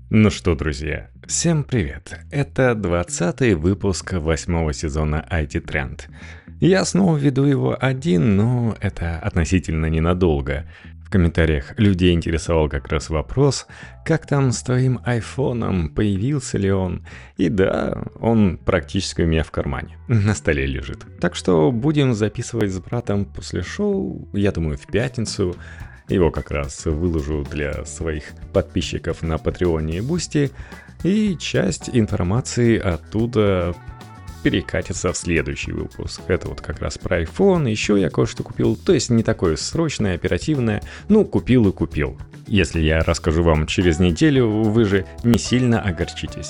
Ну что, друзья, всем привет! Это 20-й выпуск 8-го сезона IT Trend. Я снова веду его один, но это относительно ненадолго. В комментариях людей интересовал как раз вопрос, как там с твоим айфоном, появился ли он. И да, он практически у меня в кармане, на столе лежит. Так что будем записывать с братом после шоу, я думаю, в пятницу. Его как раз выложу для своих подписчиков на Патреоне и Бусти, и часть информации оттуда перекатится в следующий выпуск. Это вот как раз про iPhone, еще я кое-что купил, то есть не такое срочное, оперативное, купил и купил. Если я расскажу вам через неделю, вы же не сильно огорчитесь.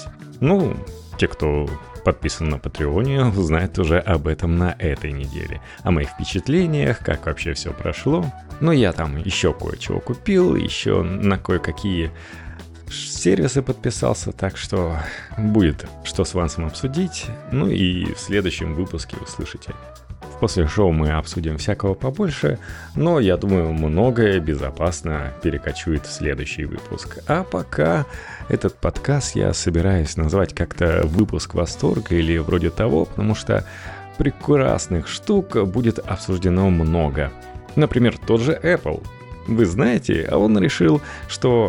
Те, кто подписан на Патреоне, узнают уже об этом на этой неделе. О моих впечатлениях, как вообще все прошло. Я там еще кое-чего купил, еще на кое-какие сервисы подписался, так что будет что с Вансом обсудить. И в следующем выпуске услышите. После шоу мы обсудим всякого побольше, но я думаю, многое безопасно перекочует в следующий выпуск. А пока этот подкаст я собираюсь назвать как-то «Выпуск восторга» или вроде того, потому что прекрасных штук будет обсуждено много. Например, тот же Apple. Вы знаете, а он решил, что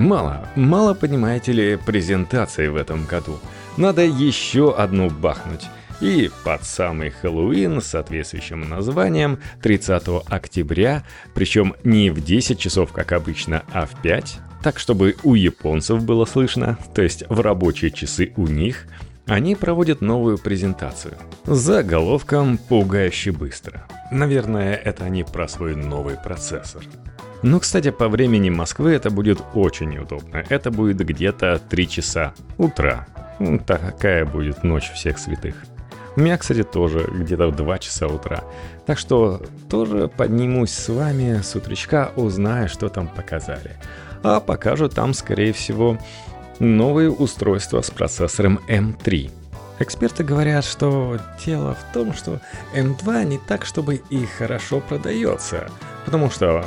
мало понимаете ли презентации в этом году. Надо еще одну бахнуть. И под самый Хэллоуин с соответствующим названием 30 октября, причем не в 10 часов, как обычно, а в 5, так чтобы у японцев было слышно, то есть в рабочие часы у них, они проводят новую презентацию с заголовком «Пугающе быстро». Наверное, это они про свой новый процессор. Кстати, по времени Москвы это будет очень удобно. Это будет где-то 3 часа утра. Такая будет ночь всех святых. У меня, кстати, тоже где-то в 2 часа утра. Так что тоже поднимусь с вами с утречка, узнаю, что там показали. А покажут там, скорее всего, новые устройства с процессором M3. Эксперты говорят, что дело в том, что M2 не так, чтобы и хорошо продается. Потому что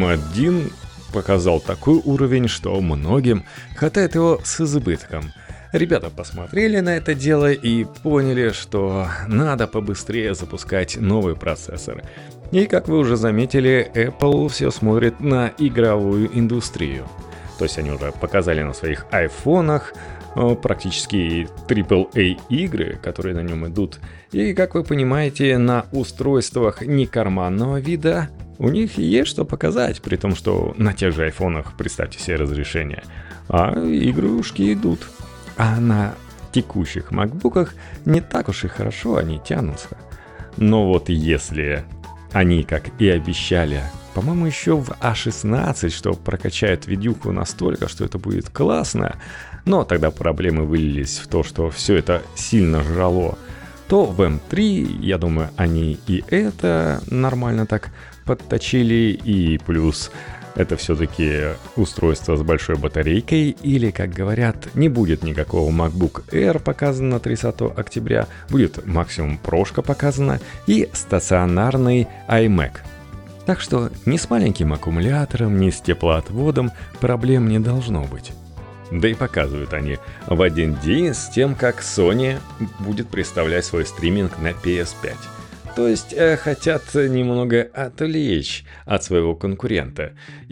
M1 показал такой уровень, что многим хватает его с избытком. Ребята посмотрели на это дело и поняли, что надо побыстрее запускать новый процессор. И, как вы уже заметили, Apple все смотрит на игровую индустрию. То есть они уже показали на своих айфонах практически AAA игры, которые на нем идут. И, как вы понимаете, на устройствах некарманного вида у них есть что показать, при том, что на тех же айфонах, представьте себе, разрешение, а игрушки идут. А на текущих макбуках не так уж и хорошо они тянутся. Но вот если они, как и обещали, по-моему, еще в A16, что прокачают видюху настолько, что это будет классно, но тогда проблемы вылились в то, что все это сильно жрало, то в M3, я думаю, они и это нормально так подточили, и плюс это все-таки устройство с большой батарейкой, или, как говорят, не будет никакого MacBook Air показано на 30 октября, будет максимум прошка показана и стационарный iMac. Так что ни с маленьким аккумулятором, ни с теплоотводом проблем не должно быть. Да и показывают они в один день с тем, как Sony будет представлять свой стриминг на PS5. То есть хотят немного отвлечь от своего конкурента.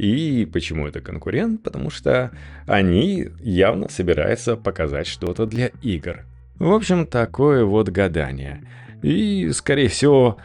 И почему это конкурент? Потому что они явно собираются показать что-то для игр. В общем, такое вот гадание. И, скорее всего,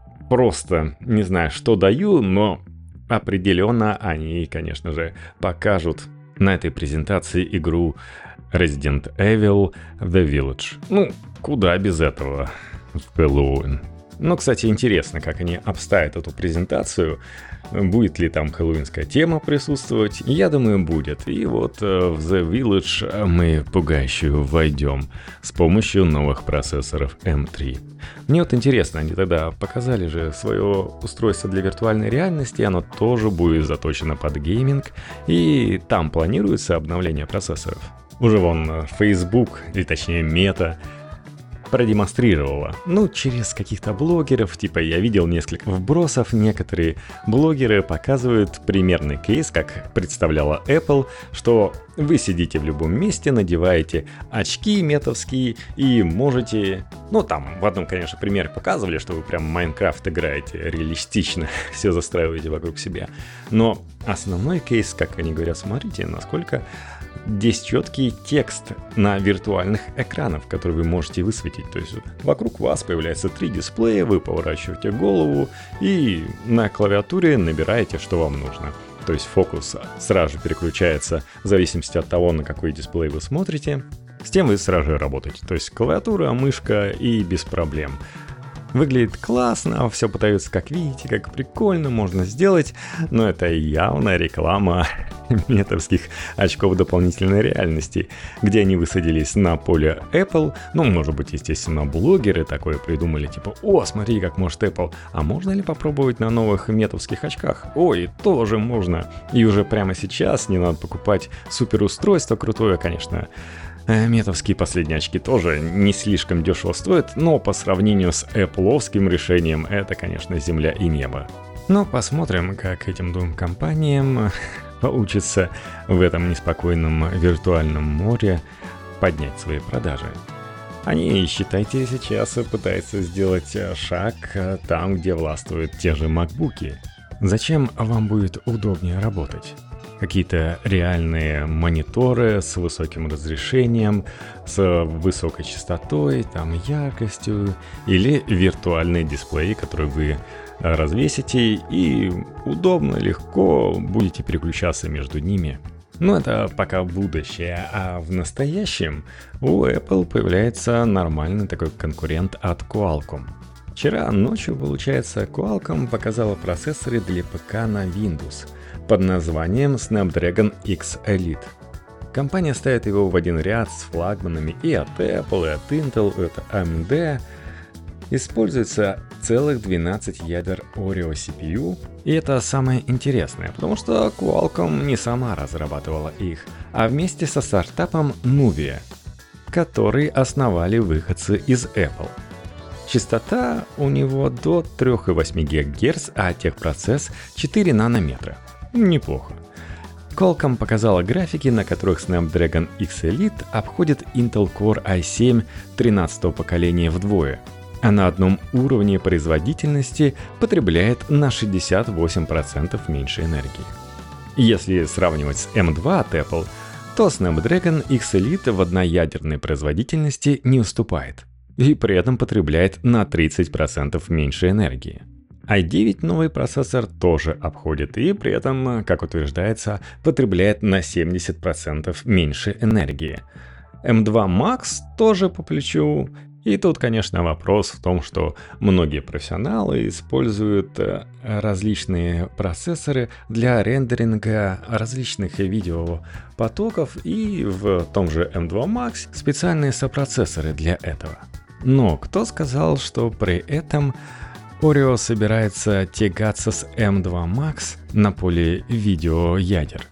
просто не знаю, что даю, но определенно они, конечно же, покажут на этой презентации игру Resident Evil The Village. Куда без этого в Хэллоуин. Кстати, интересно, как они обставят эту презентацию. Будет ли там хэллоуинская тема присутствовать? Я думаю, будет. И вот в The Village мы пугающую войдем с помощью новых процессоров M3. Мне вот интересно, они тогда показали же свое устройство для виртуальной реальности, оно тоже будет заточено под гейминг, и там планируется обновление процессоров. Уже вон Facebook, или точнее Meta, продемонстрировала. Через каких-то блогеров, я видел несколько вбросов, некоторые блогеры показывают примерный кейс, как представляла Apple, что Вы сидите в любом месте, надеваете очки метовские и можете... Ну, там в одном, конечно, примере показывали, что вы прям в Майнкрафт играете, реалистично все застраиваете вокруг себя. Но основной кейс, как они говорят, смотрите, насколько здесь четкий текст на виртуальных экранах, которые вы можете высветить. То есть вокруг вас появляется 3 дисплея, вы поворачиваете голову и на клавиатуре набираете, что вам нужно. То есть фокус сразу же переключается в зависимости от того, на какой дисплей вы смотрите. С тем вы сразу же работаете. То есть клавиатура, мышка и без проблем. Выглядит классно, все пытаются, как видите, как прикольно можно сделать, но это явно реклама метовских очков дополнительной реальности, где они высадились на поле Apple, ну, может быть, естественно, блогеры такое придумали, типа, о, смотри, как может Apple, а можно ли попробовать на новых метовских очках? Ой, тоже можно, и уже прямо сейчас не надо покупать суперустройство крутое, конечно. Метовские последние очки тоже не слишком дешево стоят, но по сравнению с Apple'овским решением это, конечно, земля и небо. Но посмотрим, как этим двум компаниям получится в этом неспокойном виртуальном море поднять свои продажи. Они, считайте, сейчас пытаются сделать шаг там, где властвуют те же макбуки. Зачем вам будет удобнее работать? Какие-то реальные мониторы с высоким разрешением, с высокой частотой, там, яркостью, или виртуальные дисплеи, которые вы развесите и удобно, легко будете переключаться между ними. Но это пока будущее, а в настоящем у Apple появляется нормальный такой конкурент от Qualcomm. Вчера ночью, получается, Qualcomm показала процессоры для ПК на Windows под названием Snapdragon X Elite. Компания ставит его в один ряд с флагманами и от Apple, и от Intel, и от AMD. Используется целых 12 ядер Oreo CPU, и это самое интересное, потому что Qualcomm не сама разрабатывала их, а вместе со стартапом Nuvia, который основали выходцы из Apple. Частота у него до 3,8 ГГц, а техпроцесс 4 нанометра. Неплохо. Qualcomm показала графики, на которых Snapdragon X Elite обходит Intel Core i7 13-го поколения вдвое, а на одном уровне производительности потребляет на 68% меньше энергии. Если сравнивать с M2 от Apple, то Snapdragon X Elite в одноядерной производительности не уступает и при этом потребляет на 30% меньше энергии. i9 новый процессор тоже обходит и при этом, как утверждается, потребляет на 70% меньше энергии. M2 Max тоже по плечу. И тут, конечно, вопрос в том, что многие профессионалы используют различные процессоры для рендеринга различных видеопотоков, и в том же M2 Max специальные сопроцессоры для этого. Но кто сказал, что при этом Oreo собирается тягаться с M2 Max на поле видеоядер?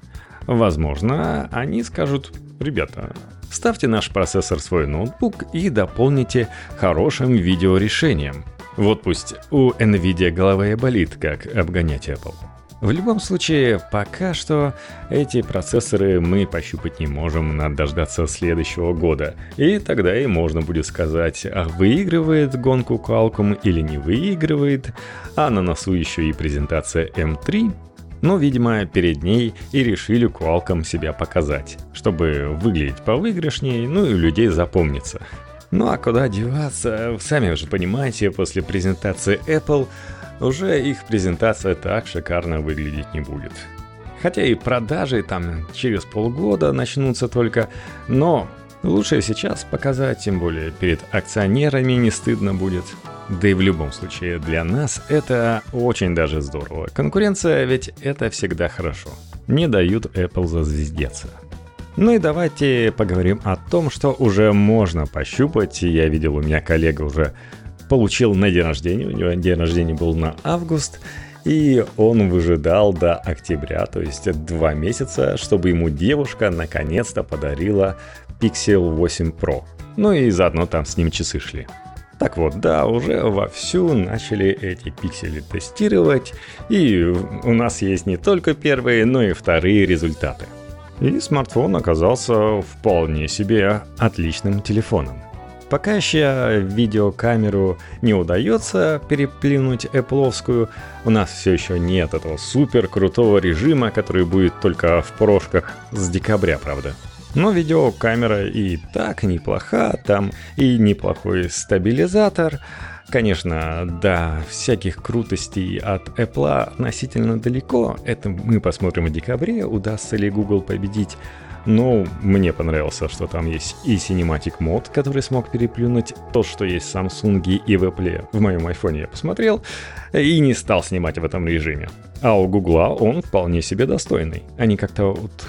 Возможно, они скажут: ребята, вставьте наш процессор в свой ноутбук и дополните хорошим видеорешением. Вот пусть у Nvidia голова и болит, как обгонять Apple. В любом случае, пока что эти процессоры мы пощупать не можем, надо дождаться следующего года. И тогда и можно будет сказать, выигрывает гонку Qualcomm или не выигрывает, а на носу еще и презентация M3. Но, видимо, перед ней и решили Qualcomm себя показать, чтобы выглядеть повыигрышнее, ну и у людей запомниться. Ну а куда деваться, сами уже понимаете, после презентации Apple уже их презентация так шикарно выглядеть не будет. Хотя и продажи там через полгода начнутся только, но лучше сейчас показать, тем более перед акционерами не стыдно будет. Да и в любом случае для нас это очень даже здорово. Конкуренция ведь это всегда хорошо. Не дают Apple зазвездеться. Ну и давайте поговорим о том, что уже можно пощупать. Я видел, у меня коллега уже получил на день рождения. У него день рождения был на август. И он выжидал до октября, то есть 2 месяца, чтобы ему девушка наконец-то подарила Pixel 8 Pro. Ну и заодно там с ним часы шли. Так вот, да, уже вовсю начали эти пиксели тестировать, и у нас есть не только первые, но и вторые результаты. И смартфон оказался вполне себе отличным телефоном. Пока еще видеокамеру не удается переплюнуть Apple'овскую, у нас все еще нет этого супер крутого режима, который будет только в прошках с декабря, правда. Но видеокамера и так неплоха, там и неплохой стабилизатор. Конечно, до всяких крутостей от Apple относительно далеко. Это мы посмотрим в декабре, удастся ли Google победить. Но мне понравился, что там есть и Cinematic Mode, который смог переплюнуть то, что есть в Samsung и в Apple. В моем iPhone я посмотрел и не стал снимать в этом режиме. А у Google он вполне себе достойный. Они как-то вот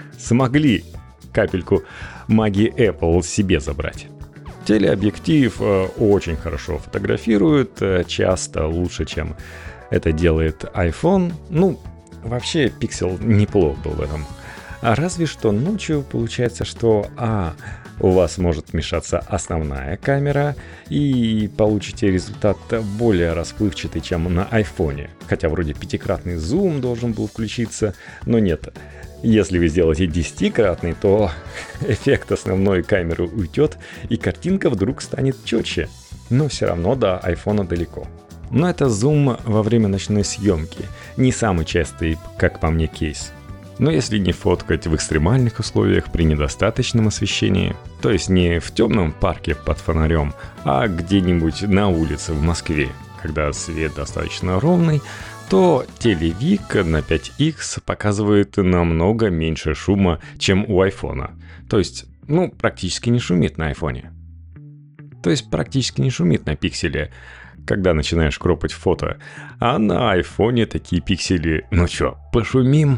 смогли капельку магии Apple себе забрать. Телеобъектив очень хорошо фотографирует, часто лучше, чем это делает iPhone. Ну, вообще Pixel неплох был в этом. А разве что ночью получается, что у вас может мешаться основная камера, и получите результат более расплывчатый, чем на айфоне. Хотя вроде 5-кратный зум должен был включиться, но нет. Если вы сделаете 10-кратный, то эффект основной камеры уйдет, и картинка вдруг станет четче. Но все равно до айфона далеко. Но это зум во время ночной съемки, не самый частый, как по мне, кейс. Но если не фоткать в экстремальных условиях при недостаточном освещении, то есть не в темном парке под фонарем, а где-нибудь на улице в Москве, когда свет достаточно ровный, то телевик на 5X показывает намного меньше шума, чем у айфона. То есть, практически не шумит на айфоне. То есть практически не шумит на пикселе, когда начинаешь кропать фото. А на айфоне такие пиксели, пошумим?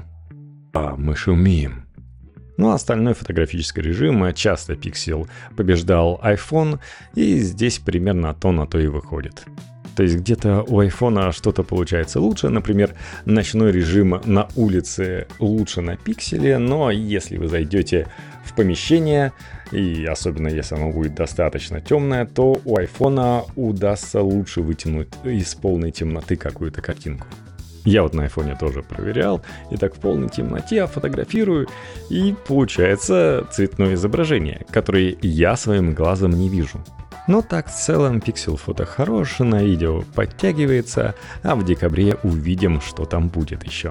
А мы шумим. Остальной фотографический режим, часто Pixel побеждал iPhone, и здесь примерно то на то и выходит. То есть где-то у iPhone что-то получается лучше, например, ночной режим на улице лучше на пикселе, но если вы зайдете в помещение, и особенно если оно будет достаточно темное, то у iPhone удастся лучше вытянуть из полной темноты какую-то картинку. Я вот на айфоне тоже проверял, и так в полной темноте фотографирую, и получается цветное изображение, которое я своим глазом не вижу. Но так в целом Pixel фото хорош, на видео подтягивается, а в декабре увидим, что там будет еще.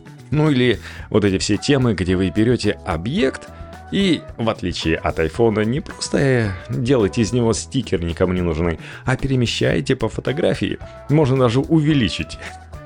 Или вот эти все темы, где вы берете объект и, в отличие от айфона, не просто делаете из него стикер никому не нужный, а перемещаете по фотографии, можно даже увеличить.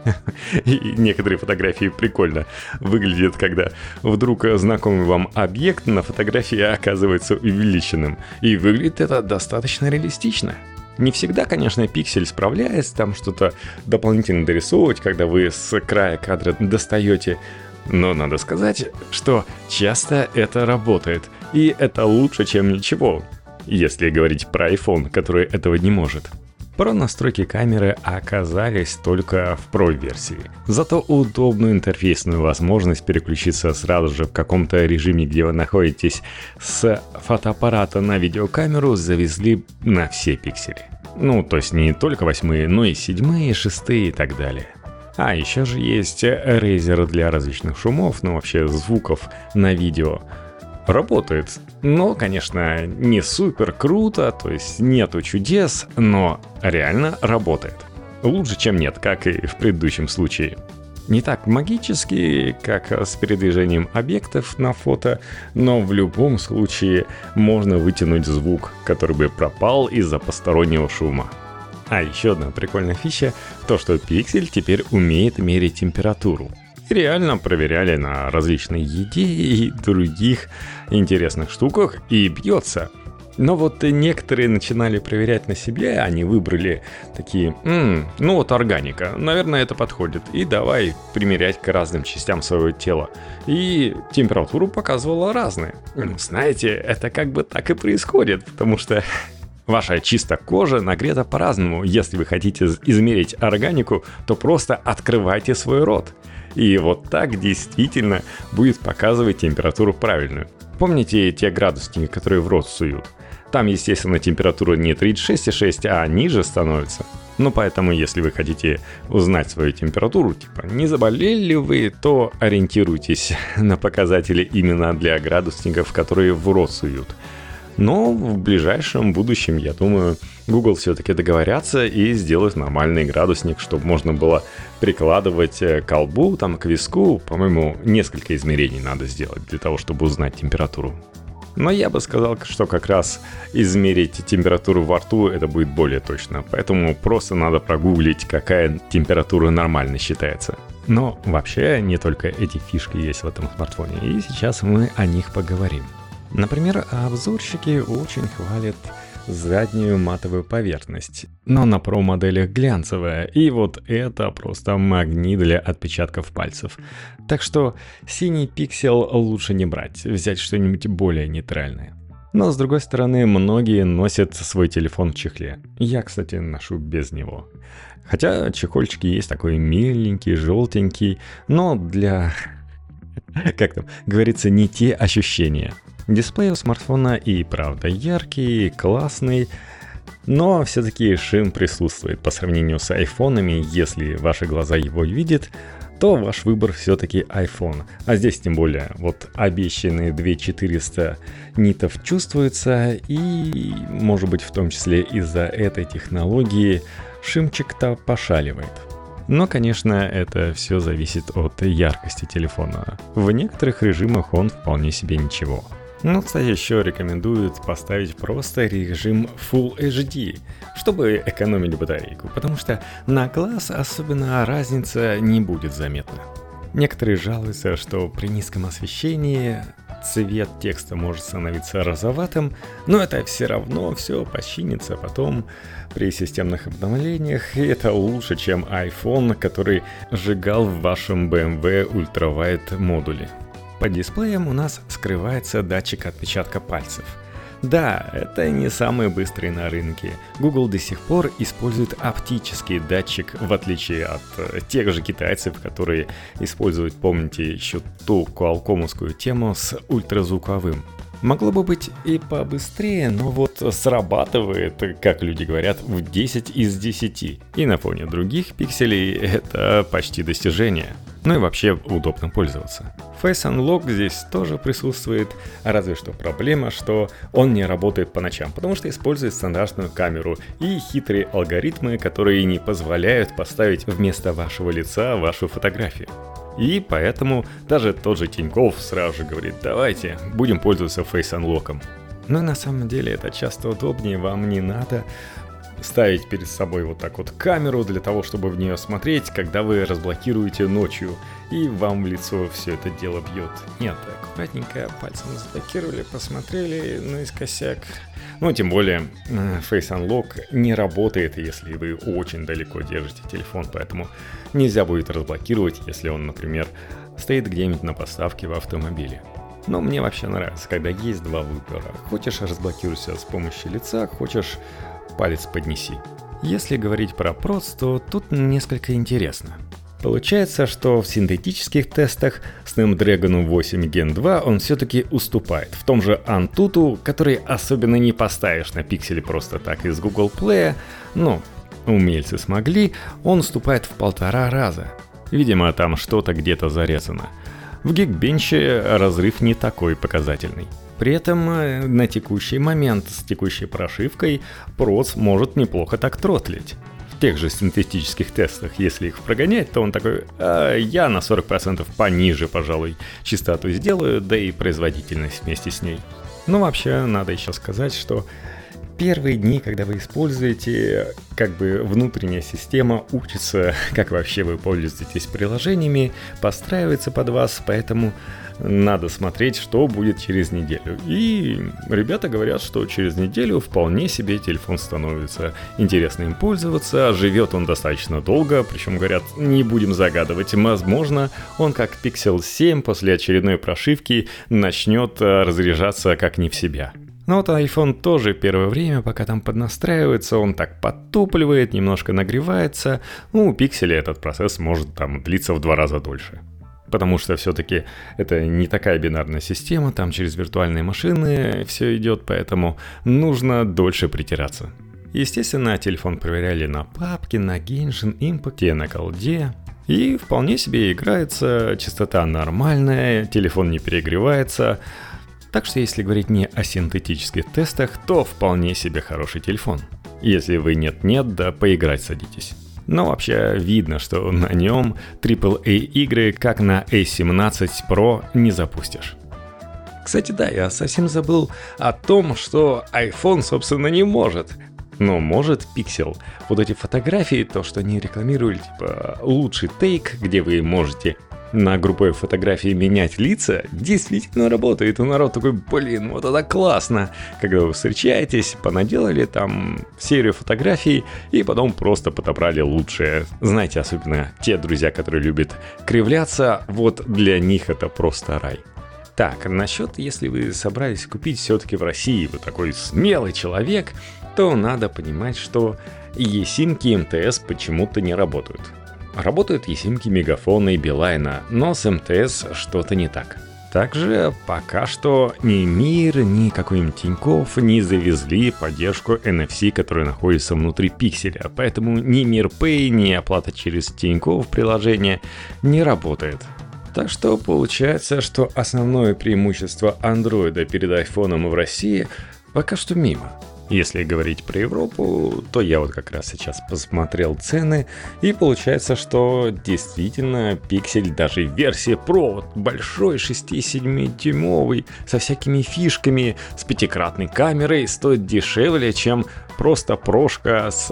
И некоторые фотографии прикольно выглядят, когда вдруг знакомый вам объект на фотографии оказывается увеличенным. И выглядит это достаточно реалистично. Не всегда, конечно, пиксель справляется там что-то дополнительно дорисовывать, когда вы с края кадра достаете. Но надо сказать, что часто это работает. И это лучше, чем ничего, если говорить про iPhone, который этого не может. Про настройки камеры оказались только в Pro-версии. Зато удобную интерфейсную возможность переключиться сразу же в каком-то режиме, где вы находитесь, с фотоаппарата на видеокамеру завезли на все пиксели. То есть не только 8, но и 7, 6 и так далее. А еще же есть Razer для различных шумов, вообще звуков на видео. Работает, но, конечно, не супер круто, то есть нету чудес, но реально работает. Лучше, чем нет, как и в предыдущем случае. Не так магически, как с передвижением объектов на фото, но в любом случае можно вытянуть звук, который бы пропал из-за постороннего шума. А еще одна прикольная фича, то что Pixel теперь умеет мерить температуру. Реально проверяли на различной еде и других интересных штуках, и бьется. Но вот некоторые начинали проверять на себе, они выбрали такие, органика, наверное, это подходит, и давай примерять к разным частям своего тела. И температуру показывала разные. Знаете, это как бы так и происходит, потому что ваша чистая кожа нагрета по-разному. Если вы хотите измерить органику, то просто открывайте свой рот. И вот так действительно будет показывать температуру правильную. Помните те градусники, которые в рот суют? Там, естественно, температура не 36,6, а ниже становится. Ну, поэтому, если вы хотите узнать свою температуру, типа, не заболели ли вы, то ориентируйтесь на показатели именно для градусников, которые в рот суют. Но в ближайшем будущем, я думаю, Google все-таки договорятся и сделают нормальный градусник, чтобы можно было прикладывать к колбу, там, к виску. По-моему, несколько измерений надо сделать для того, чтобы узнать температуру. Но я бы сказал, что как раз измерить температуру во рту это будет более точно. Поэтому просто надо прогуглить, какая температура нормально считается. Но вообще не только эти фишки есть в этом смартфоне. И сейчас мы о них поговорим. Например, обзорщики очень хвалят заднюю матовую поверхность, но на Pro-моделях глянцевая, и вот это просто магнит для отпечатков пальцев. Так что синий пиксель лучше не брать, взять что-нибудь более нейтральное. Но с другой стороны, многие носят свой телефон в чехле. Я, кстати, ношу без него. Хотя чехольчики есть такой миленький, желтенький, но для, как там говорится, не те ощущения. Дисплей у смартфона и правда яркий, классный, но все-таки шим присутствует по сравнению с айфонами. Если ваши глаза его видят, то ваш выбор все-таки iPhone. А здесь тем более вот обещанные 2400 нитов чувствуются, и может быть в том числе из-за этой технологии шимчик-то пошаливает. Но, конечно, это все зависит от яркости телефона. В некоторых режимах он вполне себе ничего. Ну, кстати, еще рекомендуют поставить просто режим Full HD, чтобы экономить батарейку, потому что на глаз особенно разница не будет заметна. Некоторые жалуются, что при низком освещении цвет текста может становиться розоватым, но это все равно все починится потом при системных обновлениях, и это лучше, чем iPhone, который сжигал в вашем BMW Ultrawide модуле. Под дисплеем у нас скрывается датчик отпечатка пальцев. Да, это не самый быстрый на рынке. Google до сих пор использует оптический датчик, в отличие от тех же китайцев, которые используют, помните, еще ту куалкомовскую тему с ультразвуковым. Могло бы быть и побыстрее, но вот срабатывает, как люди говорят, в 10 из 10. И на фоне других пикселей это почти достижение. Ну и вообще удобно пользоваться. Face Unlock здесь тоже присутствует, разве что проблема, что он не работает по ночам, потому что использует стандартную камеру и хитрые алгоритмы, которые не позволяют поставить вместо вашего лица вашу фотографию. И поэтому даже тот же Тинькофф сразу же говорит: давайте будем пользоваться Face Unlock'ом. Но на самом деле это часто удобнее, вам не надо ставить перед собой вот так вот камеру для того, чтобы в нее смотреть, когда вы разблокируете ночью, и вам в лицо все это дело бьет. Нет, аккуратненько пальцем заблокировали, посмотрели наискосяк. Ну, тем более, Face Unlock не работает, если вы очень далеко держите телефон, поэтому нельзя будет разблокировать, если он, например, стоит где-нибудь на подставке в автомобиле. Но мне вообще нравится, когда есть два выбора. Хочешь, разблокируйся с помощью лица, хочешь, палец поднеси. Если говорить про проц, то тут несколько интересно. Получается, что в синтетических тестах Snapdragon 8 Gen 2 он все-таки уступает. В том же Antutu, который особенно не поставишь на пикселе просто так из Google Play, но умельцы смогли, он уступает в 1,5 раза. Видимо, там что-то где-то зарезано. В Geekbench разрыв не такой показательный. При этом на текущий момент с текущей прошивкой проц может неплохо так тротлить. В тех же синтетических тестах, если их прогонять, то он такой: я на 40% пониже, пожалуй, частоту сделаю, да и производительность вместе с ней. Но вообще надо еще сказать, что первые дни, когда вы используете, как бы внутренняя система учится, как вообще вы пользуетесь приложениями, подстраивается под вас, поэтому надо смотреть, что будет через неделю. И ребята говорят, что через неделю вполне себе телефон становится интересно им пользоваться, живет он достаточно долго, причем говорят, не будем загадывать, возможно, он как Pixel 7 после очередной прошивки начнет разряжаться как не в себя. Но вот iPhone тоже первое время, пока там поднастраивается, он так подтопливает, немножко нагревается. Ну, у Pixel этот процесс может там длиться в 2 раза дольше. Потому что все-таки это не такая бинарная система, там через виртуальные машины все идет, поэтому нужно дольше притираться. Естественно, телефон проверяли на папке, на Genshin Impact, на колде. И вполне себе играется, частота нормальная, телефон не перегревается. Так что если говорить не о синтетических тестах, то вполне себе хороший телефон. Если вы нет-нет, да поиграть садитесь. Но вообще видно, что на нем AAA игры, как на A17 Pro, не запустишь. Кстати, да, я совсем забыл о том, что iPhone, собственно, не может. Но может Pixel. Вот эти фотографии, то, что они рекламировали, типа лучший тейк, где вы можете на групповой фотографии менять лица, действительно работает. И народ такой, блин, вот это классно. Когда вы встречаетесь, понаделали там серию фотографий и потом просто подобрали лучшее. Знаете, особенно те друзья, которые любят кривляться, вот для них это просто рай. Так, насчет, если вы собрались купить все-таки в России, вы такой смелый человек, то надо понимать, что eSIM-ки МТС почему-то не работают. Работают eSIM-ки Мегафона и Билайна, но с МТС что-то не так. Также пока что ни Мир, ни какой-нибудь Тинькофф не завезли поддержку NFC, которая находится внутри пикселя, поэтому ни Мир Pay, ни оплата через Тинькофф приложение не работает. Так что получается, что основное преимущество Android перед iPhone в России пока что мимо. Если говорить про Европу, то я вот как раз сейчас посмотрел цены, и получается, что действительно Pixel даже версия Pro, вот большой 6,7-дюймовый, со всякими фишками, с 5-кратной камерой, стоит дешевле, чем просто прошка с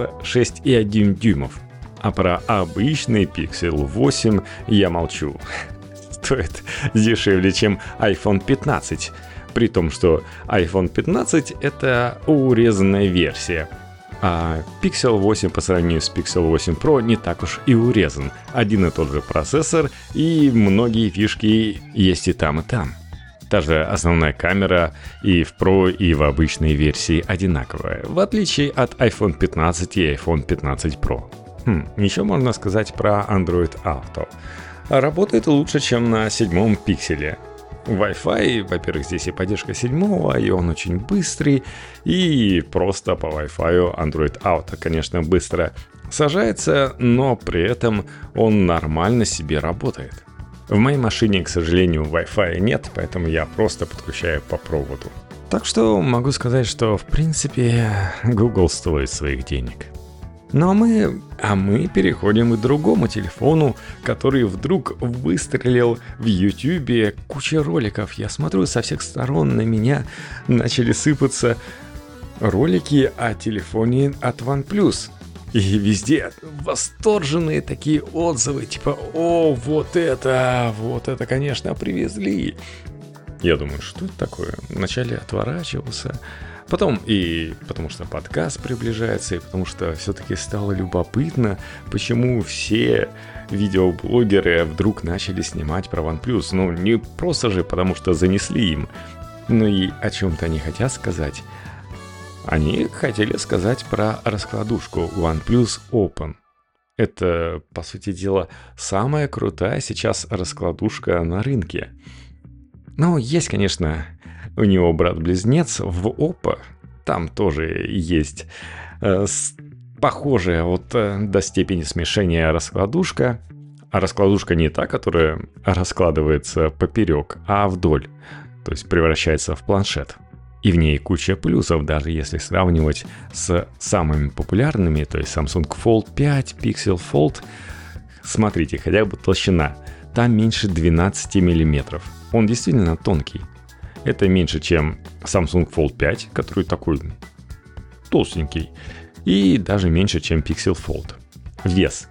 6,1 дюймов. А про обычный Pixel 8 я молчу. Стоит дешевле, чем iPhone 15. При том, что iPhone 15 это урезанная версия, а Pixel 8 по сравнению с Pixel 8 Pro не так уж и урезан. Один и тот же процессор, и многие фишки есть и там, и там. Та же основная камера и в Pro, и в обычной версии одинаковая, в отличие от iPhone 15 и iPhone 15 Pro. Еще можно сказать про Android Auto. Работает лучше, чем на 7-м пикселе. Wi-Fi, во-первых, здесь и поддержка 7-го, и он очень быстрый, и просто по Wi-Fi Android Auto, конечно, быстро сажается, но при этом он нормально себе работает. В моей машине, к сожалению, Wi-Fi нет, поэтому я просто подключаю по проводу. Так что могу сказать, что в принципе Google стоит своих денег. Ну а мы переходим к другому телефону, который вдруг выстрелил в YouTube. Куча роликов. Я смотрю, со всех сторон на меня начали сыпаться ролики о телефоне от OnePlus. И везде восторженные такие отзывы, типа «О, вот это, конечно, привезли». Я думаю, что это такое? Вначале отворачивался, потом и потому что подкаст приближается, и потому что все-таки стало любопытно, почему все видеоблогеры вдруг начали снимать про OnePlus. Ну, не просто же потому что занесли им, но и о чем-то они хотят сказать. Они хотели сказать про раскладушку OnePlus Open. Это, по сути дела, самая крутая сейчас раскладушка на рынке. Ну, есть, конечно, у него брат-близнец в Oppo. Там тоже есть похожая до степени смешения раскладушка. А раскладушка не та, которая раскладывается поперек, а вдоль. То есть превращается в планшет. И в ней куча плюсов, даже если сравнивать с самыми популярными, то есть Samsung Fold 5, Pixel Fold. Смотрите, хотя бы толщина. Там меньше 12 мм. Он действительно тонкий. Это меньше, чем Samsung Fold 5, который такой толстенький. И даже меньше, чем Pixel Fold. Вес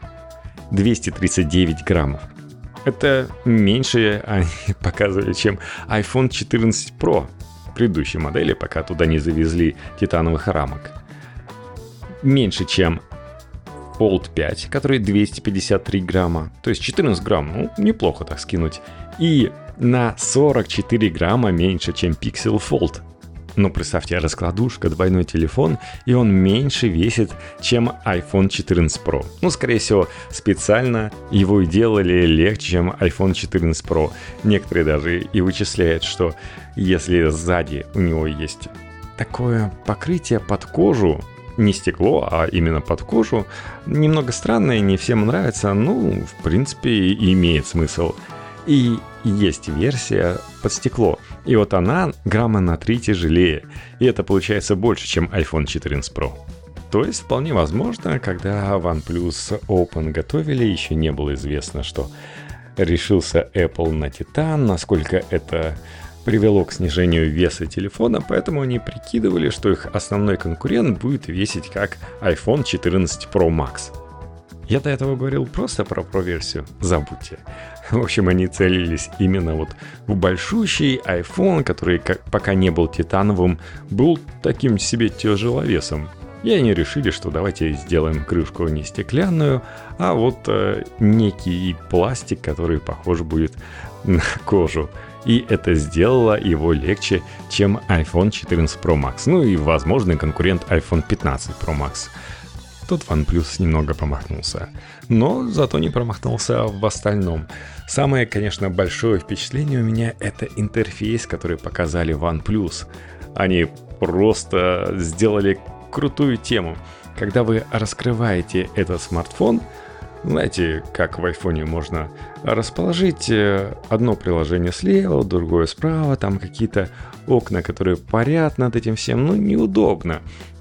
239 граммов. Это меньше, они показывали, чем iPhone 14 Pro. Предыдущей модели, пока туда не завезли титановых рамок. Меньше, чем Fold 5, который 253 грамма. То есть 14 грамм, ну, неплохо так скинуть. И на 44 грамма меньше, чем Pixel Fold. Но представьте, раскладушка, двойной телефон, и он меньше весит, чем iPhone 14 Pro. Ну, скорее всего, специально его и делали легче, чем iPhone 14 Pro. Некоторые даже и вычисляют, что если сзади у него есть такое покрытие под кожу, не стекло, а именно под кожу. Немного странное, не всем нравится, ну, в принципе, имеет смысл. И есть версия под стекло. И вот она грамма на 3 тяжелее. И это получается больше, чем iPhone 14 Pro. То есть вполне возможно, когда OnePlus Open готовили, еще не было известно, что решился Apple на Титан, насколько это привело к снижению веса телефона, поэтому они прикидывали, что их основной конкурент будет весить как iPhone 14 Pro Max. Я до этого говорил просто про Pro-версию, забудьте. В общем, они целились именно вот в большущий iPhone, который пока не был титановым, был таким себе тяжеловесом. И они решили, что давайте сделаем крышку не стеклянную, а вот некий пластик, который похож будет на кожу. И это сделало его легче, чем iPhone 14 Pro Max. Ну и возможный конкурент iPhone 15 Pro Max. Тут OnePlus немного промахнулся. Но зато не промахнулся в остальном. Самое, конечно, большое впечатление у меня — это интерфейс, который показали OnePlus. Они просто сделали крутую тему. Когда вы раскрываете этот смартфон, знаете, как в айфоне можно расположить одно приложение слева, другое справа, там какие-то окна, которые парят над этим всем, ну, неудобно.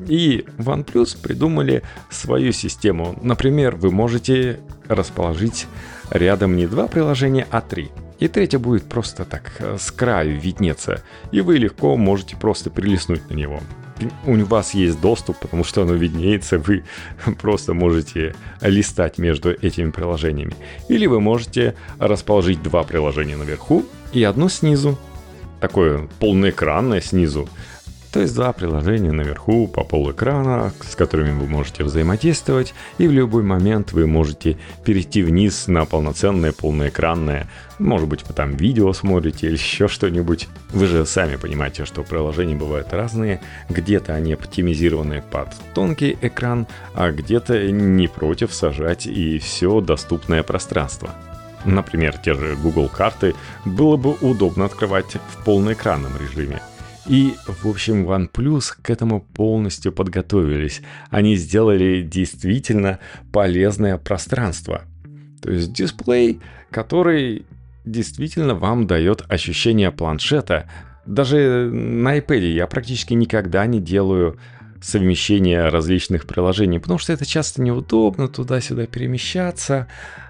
И OnePlus придумали свою систему. Например, вы можете расположить рядом не 2 приложения, а 3. И третье будет просто так с краю виднеться, и вы легко можете просто перелистнуть на него. У вас есть доступ, потому что оно виднеется, вы просто можете листать между этими приложениями. Или вы можете расположить 2 приложения наверху и одно снизу, такое полноэкранное снизу. То есть 2 приложения наверху по полэкрана, с которыми вы можете взаимодействовать, и в любой момент вы можете перейти вниз на полноценное полноэкранное. Может быть, вы там видео смотрите или еще что-нибудь. Вы же сами понимаете, что приложения бывают разные. Где-то они оптимизированы под тонкий экран, а где-то не против сажать и все доступное пространство. Например, те же Google карты было бы удобно открывать в полноэкранном режиме. И, в общем, OnePlus к этому полностью подготовились. Они сделали действительно полезное пространство. То есть дисплей, который действительно вам дает ощущение планшета. Даже на iPad я практически никогда не делаю совмещение различных приложений, потому что это часто неудобно туда-сюда перемещаться.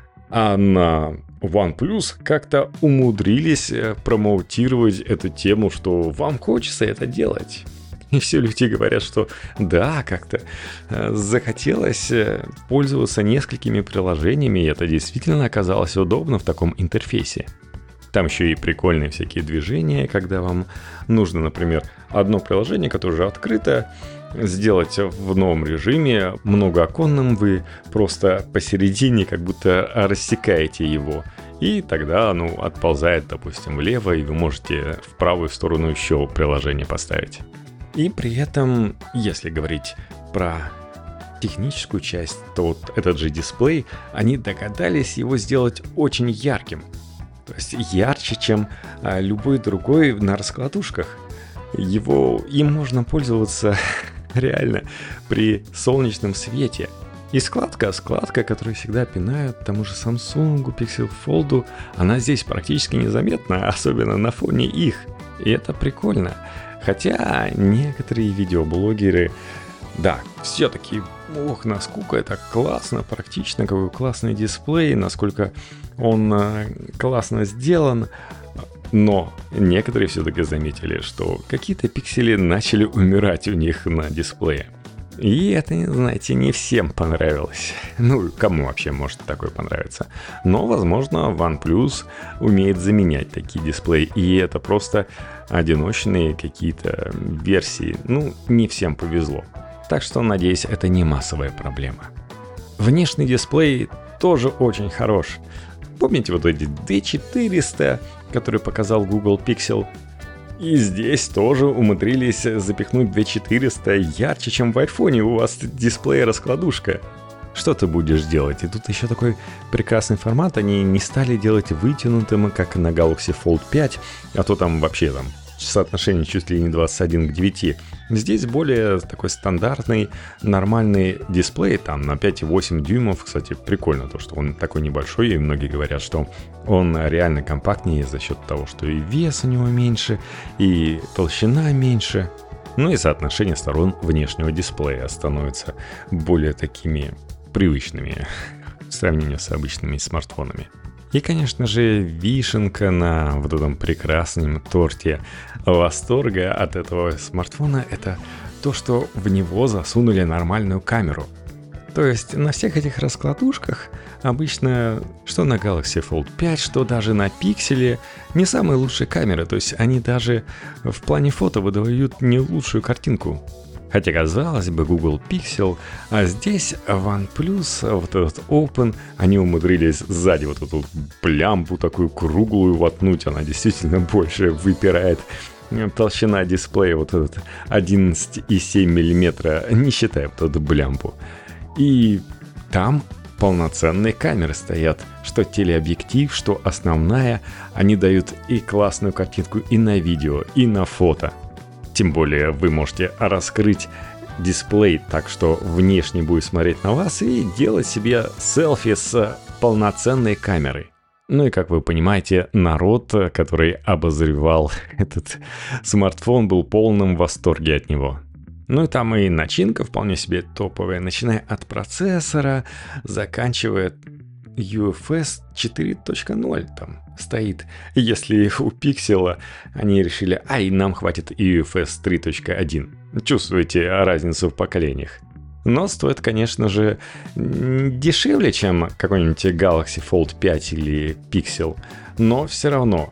А на OnePlus как-то умудрились промоутировать эту тему, что вам хочется это делать. И все люди говорят, что да, как-то захотелось пользоваться несколькими приложениями, и это действительно оказалось удобно в таком интерфейсе. Там еще и прикольные всякие движения, когда вам нужно, например, одно приложение, которое уже открыто, сделать в новом режиме, многооконным, вы просто посередине как будто рассекаете его. И тогда оно отползает, допустим, влево, и вы можете в правую сторону еще приложение поставить. И при этом, если говорить про техническую часть, то вот этот же дисплей, они догадались его сделать очень ярким. То есть ярче, чем любой другой на раскладушках. Им можно пользоваться реально при солнечном свете. И складка, которую всегда пинают тому же Samsung, Pixel Fold, она здесь практически незаметна, особенно на фоне их. И это прикольно. Хотя некоторые видеоблогеры, да, все-таки, насколько это классно, практично, какой классный дисплей, насколько он классно сделан. Но некоторые все-таки заметили, что какие-то пиксели начали умирать у них на дисплее. И это, знаете, не всем понравилось. Ну, кому вообще может такое понравиться? Но, возможно, OnePlus умеет заменять такие дисплеи. И это просто одиночные какие-то версии. Ну, не всем повезло. Так что, надеюсь, это не массовая проблема. Внешний дисплей тоже очень хорош. Помните вот эти 2400, которые показал Google Pixel? И здесь тоже умудрились запихнуть 2400 ярче, чем в айфоне. У вас дисплей-раскладушка. Что ты будешь делать? И тут еще такой прекрасный формат. Они не стали делать вытянутым, как на Galaxy Fold 5, а то там вообще соотношение чуть ли не 21 к 9. Здесь более такой стандартный, нормальный дисплей, там на 5,8 дюймов. Кстати, прикольно то, что он такой небольшой, и многие говорят, что он реально компактнее за счет того, что и вес у него меньше, и толщина меньше. Ну и соотношение сторон внешнего дисплея становится более такими привычными в сравнении с обычными смартфонами. И, конечно же, вишенка на вот этом прекрасном торте восторга от этого смартфона — это то, что в него засунули нормальную камеру. То есть на всех этих раскладушках обычно, что на Galaxy Fold 5, что даже на Pixel, не самые лучшие камеры. То есть они даже в плане фото выдают не лучшую картинку. Хотя, казалось бы, Google Pixel, а здесь OnePlus, вот этот Open, они умудрились сзади вот эту плямбу такую круглую воткнуть, она действительно больше выпирает. Толщина дисплея вот этот 11,7 мм, не считая вот эту блямбу. И там полноценные камеры стоят, что телеобъектив, что основная, они дают и классную картинку и на видео, и на фото. Тем более вы можете раскрыть дисплей так, что внешне будет смотреть на вас и делать себе селфи с полноценной камерой. Ну и, как вы понимаете, народ, который обозревал этот смартфон, был в полном восторге от него. Ну и там и начинка вполне себе топовая, начиная от процессора, заканчивая UFS 4.0 там стоит. Если у Pixel они решили, и нам хватит UFS 3.1. Чувствуете разницу в поколениях. Но стоит, конечно же, дешевле, чем какой-нибудь Galaxy Fold 5 или Pixel. Но все равно